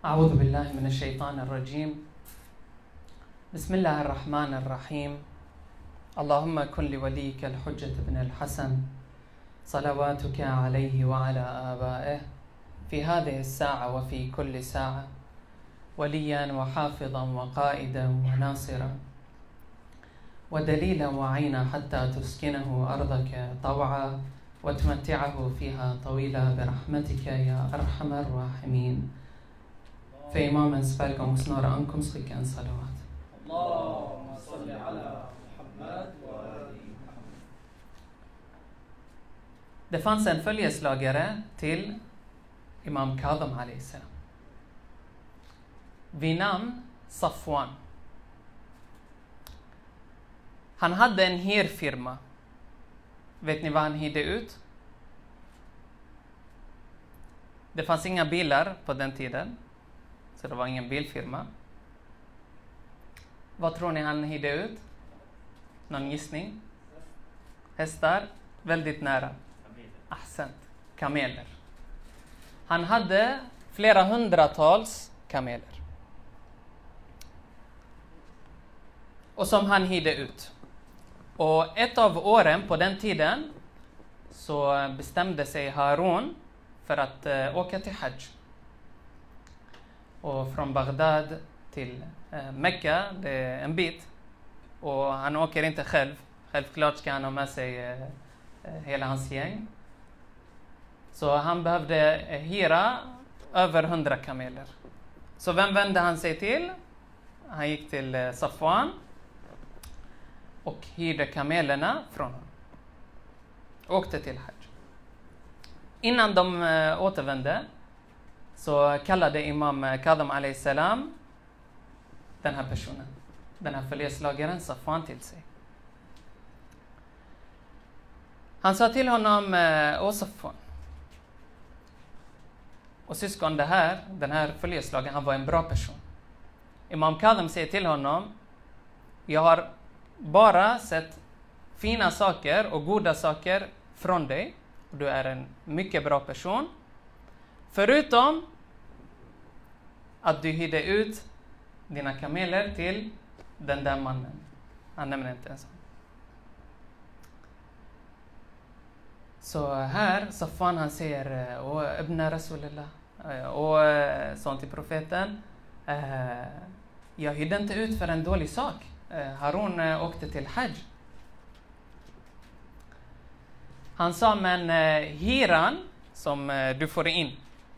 أعوذ بالله من الشيطان الرجيم. بسم الله الرحمن الرحيم. اللهم كن لوليك الحجة بن الحسن صلواتك عليه وعلى آبائه في هذه الساعة وفي كل ساعة وليا وحافظا وقائدا وناصرا ودليلا وعينا حتى تسكنه أرضك طوعا وتمتعه فيها طويلا برحمتك يا أرحم الراحمين. För imamens verk om snara ankomstskicka en salawat. Allahumma salli ala Muhammad wa ali Muhammad. Det fanns en följeslagare till Imam Kadhim alayhi salam vid namn Safwan. Han hade en hirfirma. Vet ni vad han hyrde ut? Det fanns inga bilar på den tiden. Så det var ingen bilfirma. Vad tror ni han hyrde ut? Någon gissning? Hästar? Väldigt nära. Ahsant. Kameler. Han hade flera hundratals kameler. Och som han hyrde ut. Och ett av åren på den tiden så bestämde sig Harun för att åka till Hajj. Och från Bagdad till Mekka, det är en bit. Och han åker inte själv. Självklart ska han ha med sig hela hans gäng. Så han behövde hyra över 100 kameler. Så vem vände han sig till? Han gick till Safwan och hyrde kamelerna från honom. Åkte till Hajj. Innan de återvände så kallade Imam Kadhim alayhi salam den här personen, den här följeslagaren Safwan till sig. Han sa till honom: Åh Safwan. Och syskon, den här följeslagaren, han var en bra person. Imam Kadhim säger till honom: jag har bara sett fina saker och goda saker från dig. Du är en mycket bra person. Förutom att du hyrde ut dina kameler till den där mannen. Han nämner inte ens. Så här, Safwan han säger: Åh Ibn Rasulullah. Och sånt till profeten. Jag hyrde inte ut för en dålig sak. Harun åkte till Hajj. Han sa: men hyran som du får in,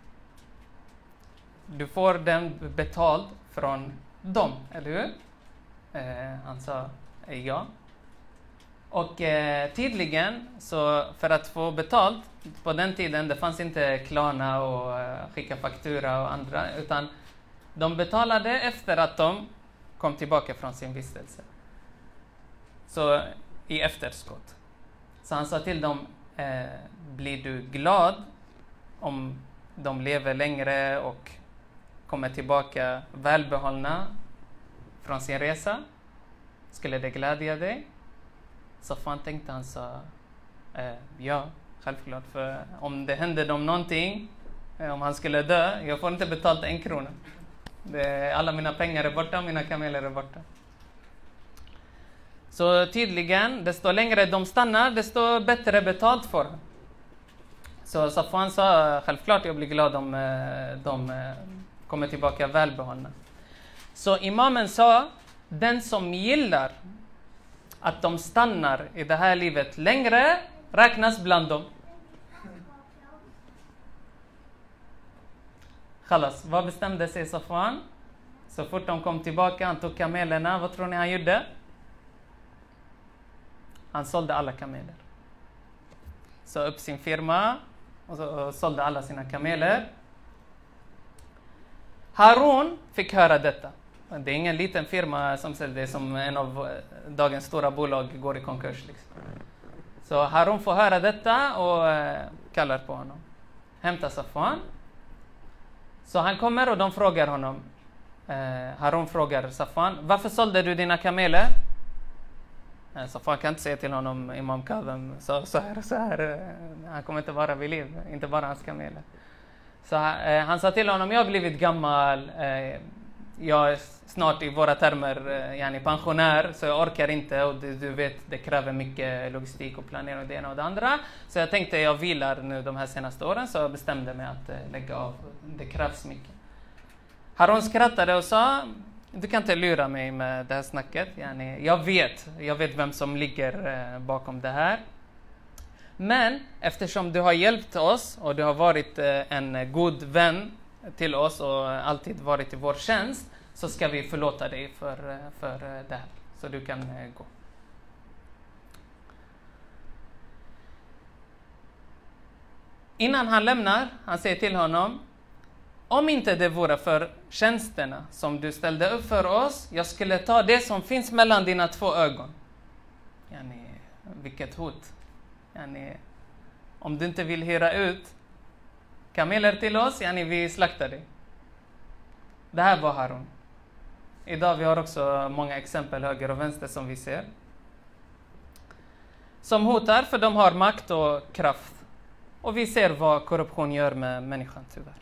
du får den betald från dem, eller hur? Han sa ja. Och tydligen, så för att få betalt, på den tiden det fanns inte Klarna och skicka faktura och andra, utan de betalade efter att de kom tillbaka från sin vistelse. Så i efterskott. Så han sa till dem: blir du glad om de lever längre och kommer tillbaka välbehållna från sin resa? Skulle det glädja dig? Safwan tänkte, han sa ja, självklart. För om det hände dem någonting, om han skulle dö, jag får inte betalt 1 krona. Alla mina pengar är borta, mina kameler är borta. Så tydligen, desto längre de stannar, desto bättre betalt får han. Så Safwan sa: självklart jag blir glad om de kommer tillbaka välbehållna. Så imamen sa: den som gillar att de stannar i det här livet längre räknas bland dem. Khalas, vad bestämde sig Safwan? Så fort de kom tillbaka, han tog kamelerna. Vad tror ni han gjorde? Han sålde alla kameler. Så upp sin firma och sålde alla sina kameler. Harun fick höra detta. Det är ingen liten firma som säljer, det som en av dagens stora bolag går i konkurs. Liksom. Så Harun får höra detta och kallar på honom. Hämta Safwan. Så han kommer och de frågar honom. Harun frågar Safwan: varför sålde du dina kameler? Safwan kan inte säga till honom: Imam Kadhim så här. Han kommer inte vara vid liv, inte bara hans kameler. Så han sa till honom, jag har blivit gammal, jag är snart i våra termer yani pensionär, så jag orkar inte, och du vet, det kräver mycket logistik och planering och det ena och det andra. Så jag tänkte, jag vilar nu de här senaste åren, så jag bestämde mig att lägga av. Det krävs mycket. Harun skrattade och sa, du kan inte lura mig med det här snacket. Yani, jag vet vem som ligger bakom det här. Men eftersom du har hjälpt oss och du har varit en god vän till oss och alltid varit i vår tjänst, så ska vi förlåta dig för det här. Så du kan gå. Innan han lämnar, han säger till honom, om inte det vore för tjänsterna som du ställde upp för oss, jag skulle ta det som finns mellan dina två ögon. Yani, vilket hot. Yani, om du inte vill hyra ut kameler till oss, yani, vi slaktar dig. Det här var Harun. Idag vi har också många exempel höger och vänster som vi ser. Som hotar, för de har makt och kraft. Och vi ser vad korruption gör med människan tyvärr.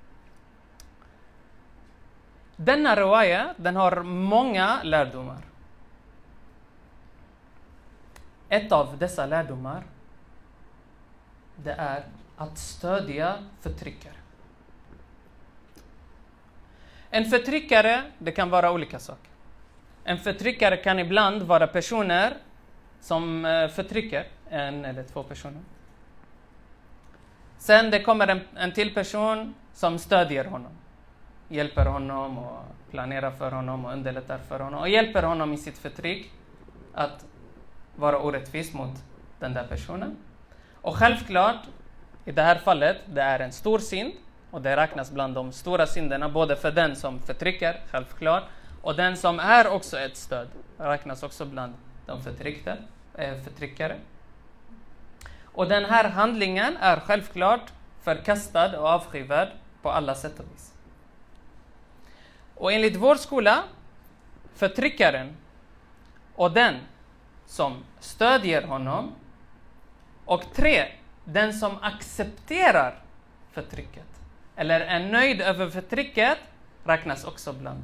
Denna riwaya, den har många lärdomar. Ett av dessa lärdomar, det är att stödja förtryckare. En förtryckare, det kan vara olika saker. En förtryckare kan ibland vara personer som förtrycker en eller två personer. Sen det kommer en till person som stödjer honom. Hjälper honom och planerar för honom och underlättar för honom. Och hjälper honom i sitt förtryck att vara orättvis mot den där personen. Och självklart, i det här fallet, det är en stor synd. Och det räknas bland de stora synderna, både för den som förtrycker, självklart. Och den som är också ett stöd, räknas också bland de förtryckare. Och den här handlingen är självklart förkastad och avskyvärd på alla sätt och vis. Och enligt vår skola, förtryckaren och den som stödjer honom, och 3, den som accepterar förtrycket eller är nöjd över förtrycket, räknas också bland.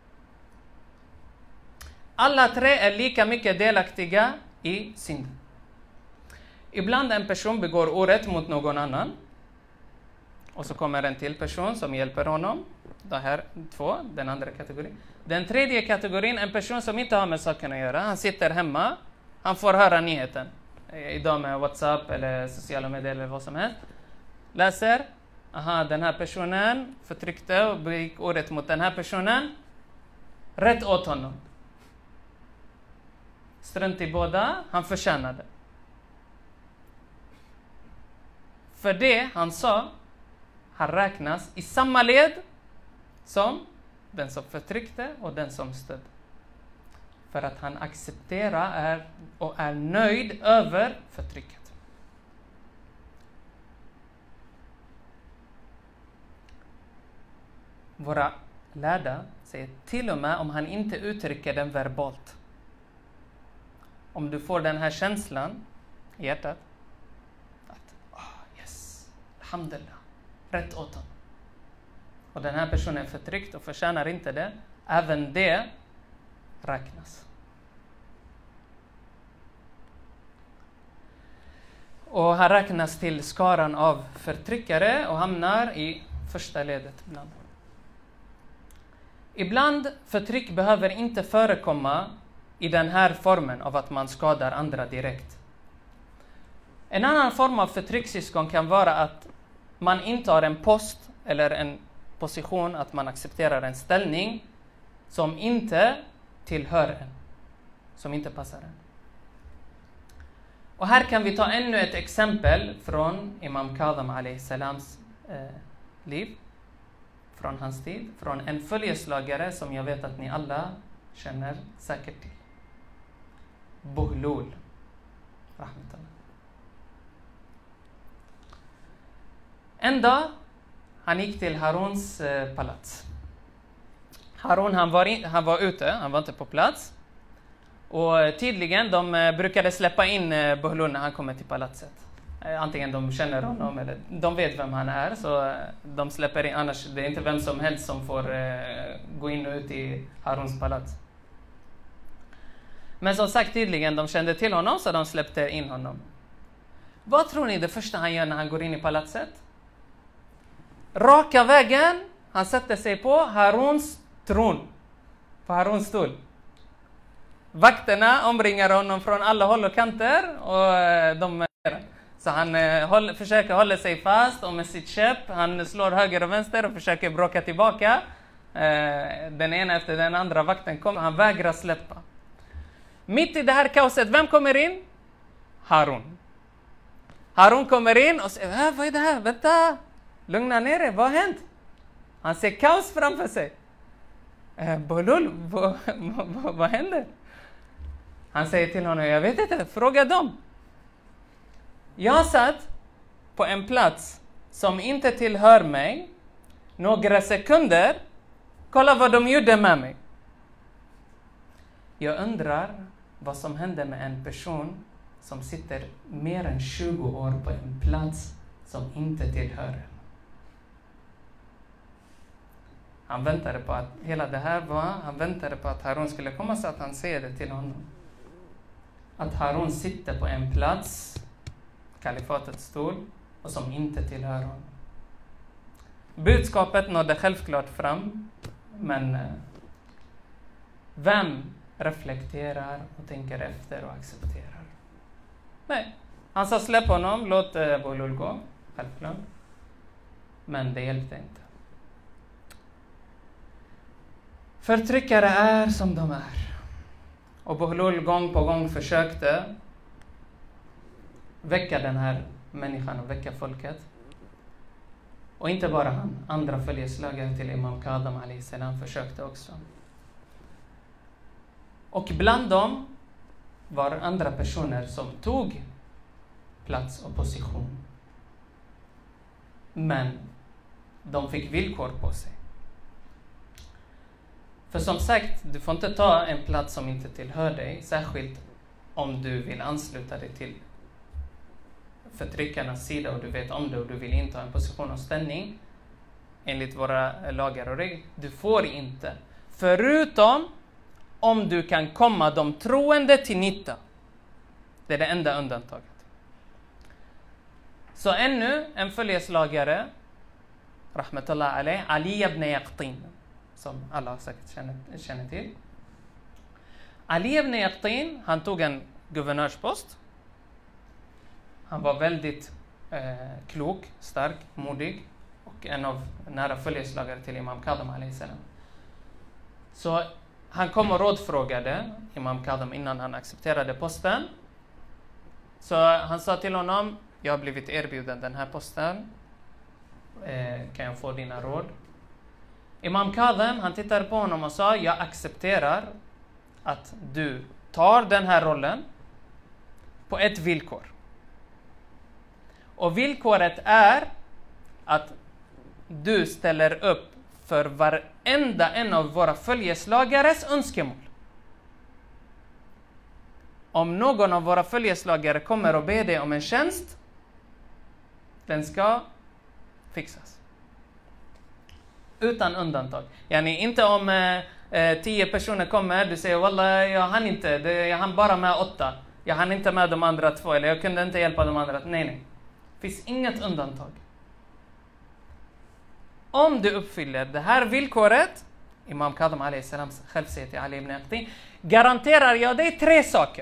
Alla 3 är lika mycket delaktiga i synden. Ibland en person begår orätt mot någon annan, och så kommer en till person som hjälper honom. Det här 2, den andra kategorin. Den tredje kategorin, en person som inte har med saken att göra. Han sitter hemma, han får höra nyheten. Idag med WhatsApp eller sociala medier eller vad som helst. Läser, den här personen förtryckte och begick orätt mot den här personen. Rätt åt honom. Strunt i båda, han förtjänade. För det han sa, han räknas i samma led som den som förtryckte och den som stödde. För att han accepterar och är nöjd över förtrycket. Våra lärda säger till och med om han inte uttrycker den verbalt. Om du får den här känslan i hjärtat att yes, alhamdulillah, rätt åt honom. Och den här personen är förtryckt och förtjänar inte det. Även det räknas. Och han räknas till skaran av förtryckare och hamnar i första ledet ibland. Ibland förtryck behöver inte förekomma i den här formen av att man skadar andra direkt. En annan form av förtryckssyskon kan vara att man intar en post eller en position, att man accepterar en ställning som inte tillhör en, som inte passar en. Och här kan vi ta ännu ett exempel från Imam Kadhim alayhi salams liv, från hans tid, från en följeslagare som jag vet att ni alla känner säkert till. Buhlul, rahmatullah. En dag, han gick till Haruns palats. Harun, han var ute, han var inte på plats. Och tydligen, de brukade släppa in Buhlul när han kommer till palatset. Antingen de känner honom eller de vet vem han är, så de släpper in. Annars det är inte vem som helst som får gå in och ut i Haruns palats. Men som sagt, tydligen de kände till honom, så de släppte in honom. Vad tror ni det första han gör när han går in i palatset? Raka vägen, han sätter sig på Haruns tron. På Haruns stol. Vakterna omringar honom från alla håll och kanter. Så han försöker hålla sig fast, och med sitt käpp han slår höger och vänster och försöker bråka tillbaka. Den ena efter den andra vakten kommer, han vägrar släppa. Mitt i det här kaoset, vem kommer in? Harun. Harun kommer in och säger, vad är det här? Vänta, lugna ner er, vad har hänt? Han ser kaos framför sig. Bolul, vad händer? Han säger till honom, jag vet inte, fråga dem. Jag satt på en plats som inte tillhör mig några sekunder. Kolla vad de gjorde med mig. Jag undrar vad som händer med en person som sitter mer än 20 år på en plats som inte tillhör en. Han väntade på att hela det här han väntade på att Harun skulle komma, så att han säger det till honom. Att Harun sitter på en plats, kalifatets stol, och som inte tillhör honom. Budskapet nådde självklart fram, men vem reflekterar och tänker efter och accepterar? Nej, han sa släpp honom, låt Bolul gå, självklart. Men det hjälpte inte. Förtryckare är som de är. Och Bolul gång på gång försökte väcka den här människan och väcka folket. Och inte bara han, andra följeslagare till Imam Kadam a.s. försökte också. Och bland dem var andra personer som tog plats och position. Men de fick villkor på sig. För som sagt, du får inte ta en plats som inte tillhör dig, särskilt om du vill ansluta dig till förtryckarnas sida och du vet om det och du vill inta en position och ställning enligt våra lagar och regler. Du får inte, förutom om du kan komma de troende till nytta. Det är det enda undantaget. Så ännu en följeslagare, rahmatullah alayh, Ali ibn Yaqtin, som alla säkert känner till. Ali ibn Yaqtin, han tog en guvernörspost. Han var väldigt klok, stark, modig och en av nära följeslagare till Imam Kadam a.s. Så han kom och rådfrågade Imam Kadam innan han accepterade posten. Så han sa till honom, jag har blivit erbjuden den här posten. Kan jag få dina råd? Imam Kadam, han tittade på honom och sa, jag accepterar att du tar den här rollen på ett villkor. Och villkoret är att du ställer upp för varenda en av våra följeslagares önskemål. Om någon av våra följeslagare kommer och ber dig om en tjänst, den ska fixas. Utan undantag. Yani inte om 10 personer kommer, du säger wallah, jag hann inte, jag hann bara med 8. Jag hann inte med de andra 2, eller jag kunde inte hjälpa de andra. Nej. Det finns inget undantag. Om du uppfyller det här villkoret, Imam Kadam a.s. själv säger till Ali ibn Yaqtin, garanterar jag dig 3 saker.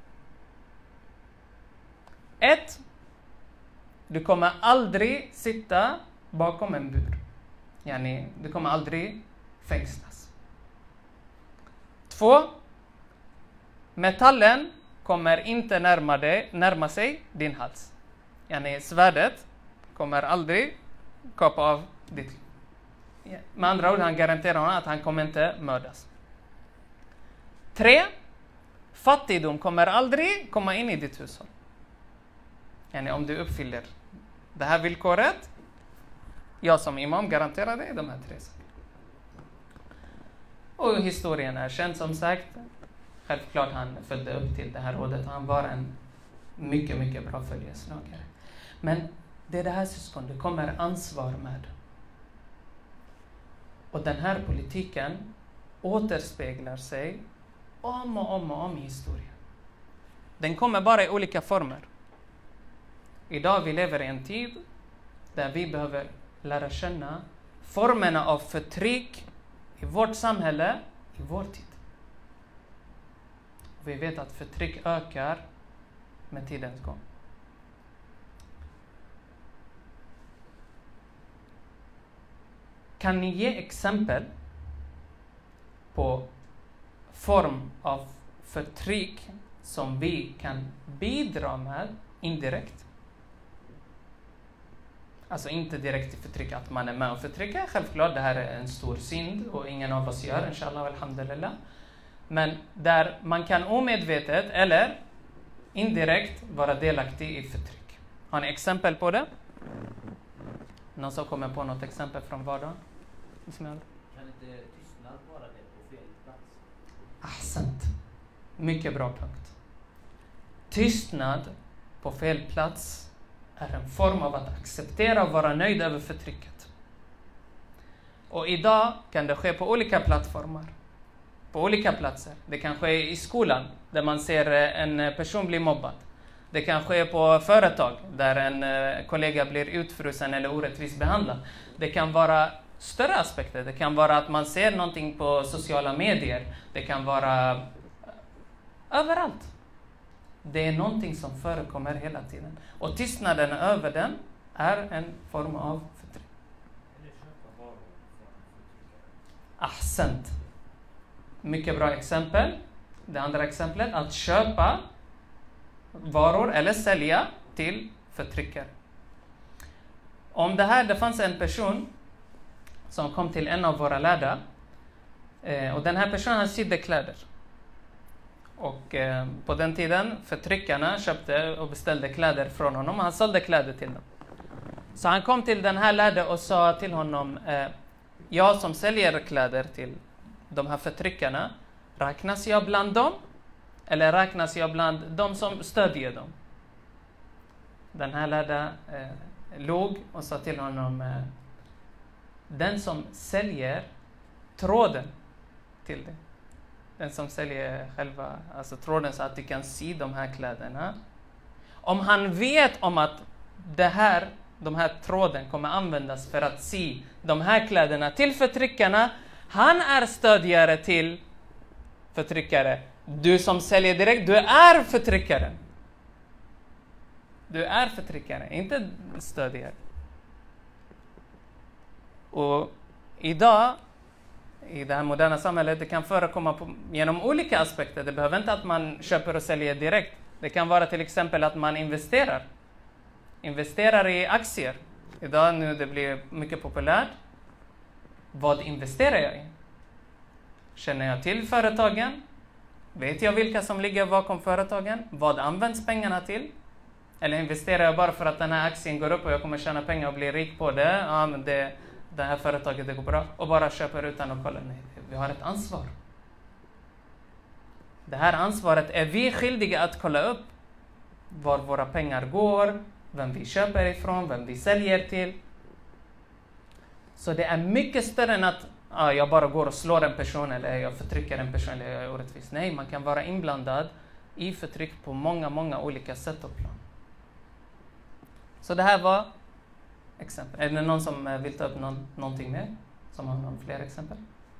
1. Du kommer aldrig sitta bakom en bur. Yani, du kommer aldrig fängslas. 2. Metallen kommer inte närma sig din hals. Yani, svärdet kommer aldrig kapa av ditt liv. Med andra ord, han garanterar honom att han kommer inte mördas. 3. Fattigdom kommer aldrig komma in i ditt hushåll. Yani, om du uppfyller det här villkoret, jag som imam garanterar dig de här 3 sakerna. Och historien är känd som sagt. Självklart han följde upp till det här rådet. Han var en mycket, mycket bra följeslagare. Men det är det här syskon, det kommer ansvar med. Och den här politiken återspeglar sig om och om i historien. Den kommer bara i olika former. Idag vi lever i en tid där vi behöver lära känna formerna av förtryck i vårt samhälle, i vår tid. Och vi vet att förtryck ökar med tidens gång. Kan ni ge exempel på form av förtryck som vi kan bidra med indirekt? Alltså inte direkt i förtryck att man är med och förtrycka. Självklart, det här är en stor synd och ingen av oss gör, inshallah, alhamdulillah. Men där man kan omedvetet eller indirekt vara delaktig i förtryck. Har ni exempel på det? Någon som kommer på något exempel från vardagen? Kan inte tystnad vara det på fel plats? Ahsant. Mycket bra punkt. Tystnad på fel plats är en form av att acceptera och vara nöjd över förtrycket. Och idag kan det ske på olika plattformar. På olika platser. Det kan ske i skolan där man ser en person bli mobbad. Det kan ske på företag där en kollega blir utfrusen eller orättvist behandlad. Det kan vara större aspekter. Det kan vara att man ser någonting på sociala medier. Det kan vara överallt. Det är någonting som förekommer hela tiden. Och tystnaden över den är en form av förtryck. Ahsant. Mycket bra exempel. Det andra exemplet, att köpa varor eller sälja till förtryckare. Om det fanns en person som kom till en av våra lärda. Och den här personen, han sydde kläder. Och på den tiden, förtryckarna köpte och beställde kläder från honom. Han sålde kläder till dem. Så han kom till den här lärde och sa till honom, jag som säljer kläder till de här förtryckarna, räknas jag bland dem? Eller räknas jag bland de som stödjer dem? Den här lärde låg och sa till honom, den som säljer tråden till det. Den som säljer själva, alltså tråden så att du kan sy de här kläderna. Om han vet om att de här tråden kommer användas för att sy de här kläderna till förtryckarna, han är stödjare till förtryckare. Du som säljer direkt, du är förtryckare. Du är förtryckare, inte stödjare. Och idag, i det här moderna samhället, det kan förekomma genom olika aspekter. Det behöver inte att man köper och säljer direkt. Det kan vara till exempel att man investerar i aktier. Idag nu det blir mycket populärt. Vad investerar jag i? Känner jag till företagen? Vet jag vilka som ligger bakom företagen? Vad används pengarna till? Eller investerar jag bara för att den här aktien går upp och jag kommer tjäna pengar och bli rik på det? Ja, men det här företaget det går bra. Och bara köper utan att kolla. Nej, vi har ett ansvar. Det här ansvaret är vi skyldiga att kolla upp. Var våra pengar går. Vem vi köper ifrån. Vem vi säljer till. Så det är mycket större än att jag bara går och slår en person. Eller jag förtrycker en person. Eller jag är orättvis. Nej, man kan vara inblandad i förtryck på många olika sätt och plan. Så det här var exempel. Är det någon som vill ta upp någonting mer? Som har någon fler exempel?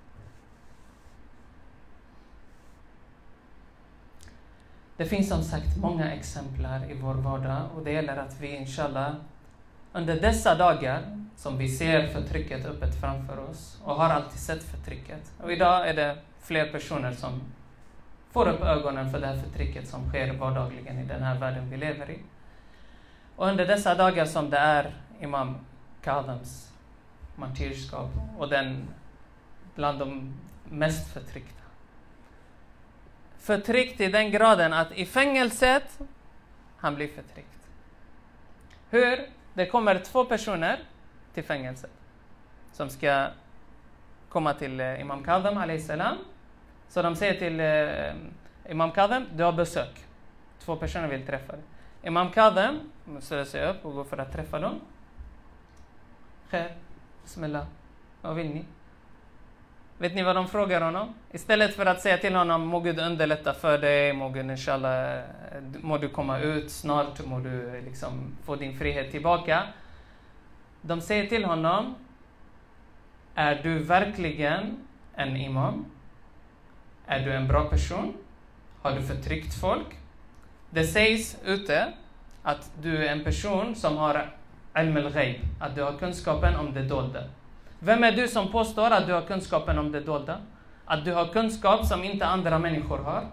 Det finns som sagt många exemplar i vår vardag. Och det gäller att vi inshallah under dessa dagar som vi ser förtrycket öppet framför oss. Och har alltid sett förtrycket. Och idag är det fler personer som får upp ögonen för det här förtrycket som sker vardagligen i den här världen vi lever i. Och under dessa dagar som det är Imam Kadhams martyrskap och den bland de mest förtryckta. Förtryckt i den graden att i fängelset han blir förtryckt. Hur? Det kommer 2 personer till fängelset som ska komma till Imam Kadham alayhi salam. Så de säger till Imam Kadham, du har besök. 2 personer vill träffa dig. Imam Kadhem ställer sig upp och går för att träffa dem. Khair, bismillah, vad vill ni? Vet ni vad de frågar honom? Istället för att säga till honom, må Gud underlätta för dig, må Gud inshallah, må du komma ut snart, må du liksom få din frihet tillbaka. De säger till honom, är du verkligen en imam? Är du en bra person? Har du förtryckt folk? Det sägs ute att du är en person som har ilm al-ghaib, att du har kunskapen om det dolda. Vem är du som påstår att du har kunskapen om det dolda? Att du har kunskap som inte andra människor har?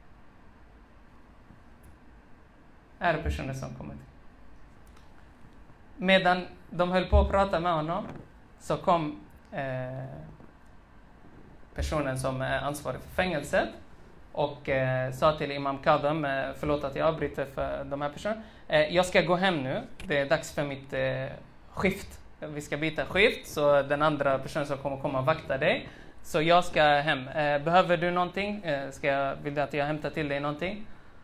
Är det personer som kommer till? Medan de höll på att prata med honom så kom personen som är ansvarig för fängelset och sa till Imam Kadhem, förlåt att jag avbryter för de här personerna, jag ska gå hem nu, det är dags för mitt skift. Vi ska byta skift, så den andra personen som kommer komma och vakta dig. Så jag ska hem. Behöver du någonting? Vill du att jag hämtar till dig någonting?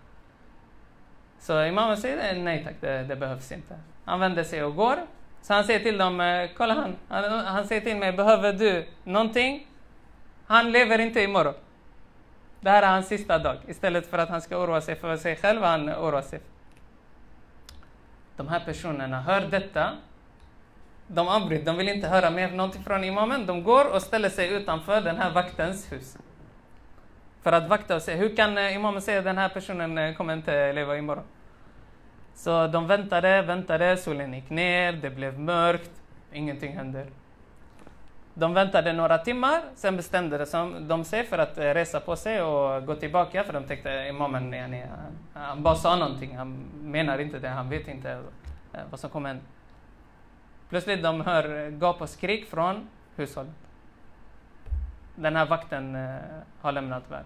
Så imamen säger, nej tack, det behövs inte. Han vänder sig och går. Så han säger till dem, kolla han säger till mig, behöver du någonting? Han lever inte imorgon. Det här är hans sista dag. Istället för att han ska oroa sig för sig själv, han oroar sig. De här personerna hör detta. De avbryter, de vill inte höra mer någonting från imamen. De går och ställer sig utanför den här vaktens hus. För att vakta och se, hur kan imamen säga att den här personen kommer inte leva imorgon? Så de väntade, solen gick ner, det blev mörkt, ingenting hände. De väntade några timmar, sen bestämde de sig för att resa på sig och gå tillbaka. För de tänkte, imamen, han bara sa någonting, han menar inte det, han vet inte vad som kommer hända. Plötsligt de hör gap och skrik från hushållet. Den här vakten har lämnat världen.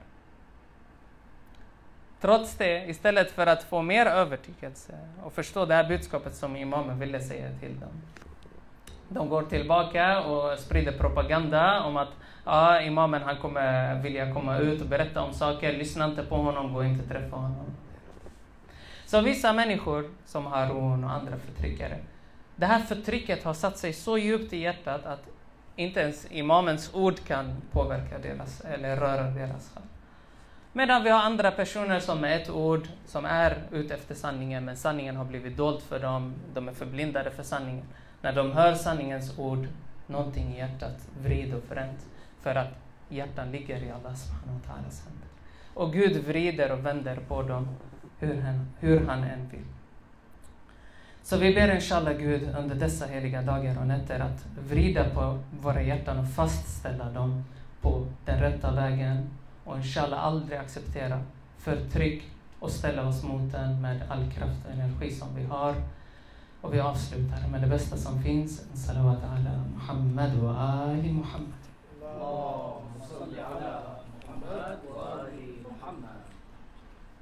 Trots det, istället för att få mer övertygelse och förstå det här budskapet som imamen ville säga till dem. De går tillbaka och sprider propaganda om att imamen han kommer vilja komma ut och berätta om saker. Lyssna inte på honom, gå inte träffa honom. Så vissa människor som Harun och andra förtryckare, det här förtrycket har satt sig så djupt i hjärtat att inte ens imamens ord kan påverka deras eller röra deras själ. Medan vi har andra personer som med ett ord som är ute efter sanningen, men sanningen har blivit dold för dem. De är förblindade för sanningen. När de hör sanningens ord, någonting i hjärtat vrider och förändras. För att hjärtan ligger i Allah subhanahu wa ta'alas händer. Och Gud vrider och vänder på dem hur han än vill. Så vi ber inshallah Gud under dessa heliga dagar och nätter att vrida på våra hjärtan och fastställa dem på den rätta vägen. Och inshallah aldrig acceptera förtryck och ställa oss mot den med all kraft och energi som vi har. Och vi avslutar med det bästa som finns. Salawat ala Muhammad wa ali Muhammad.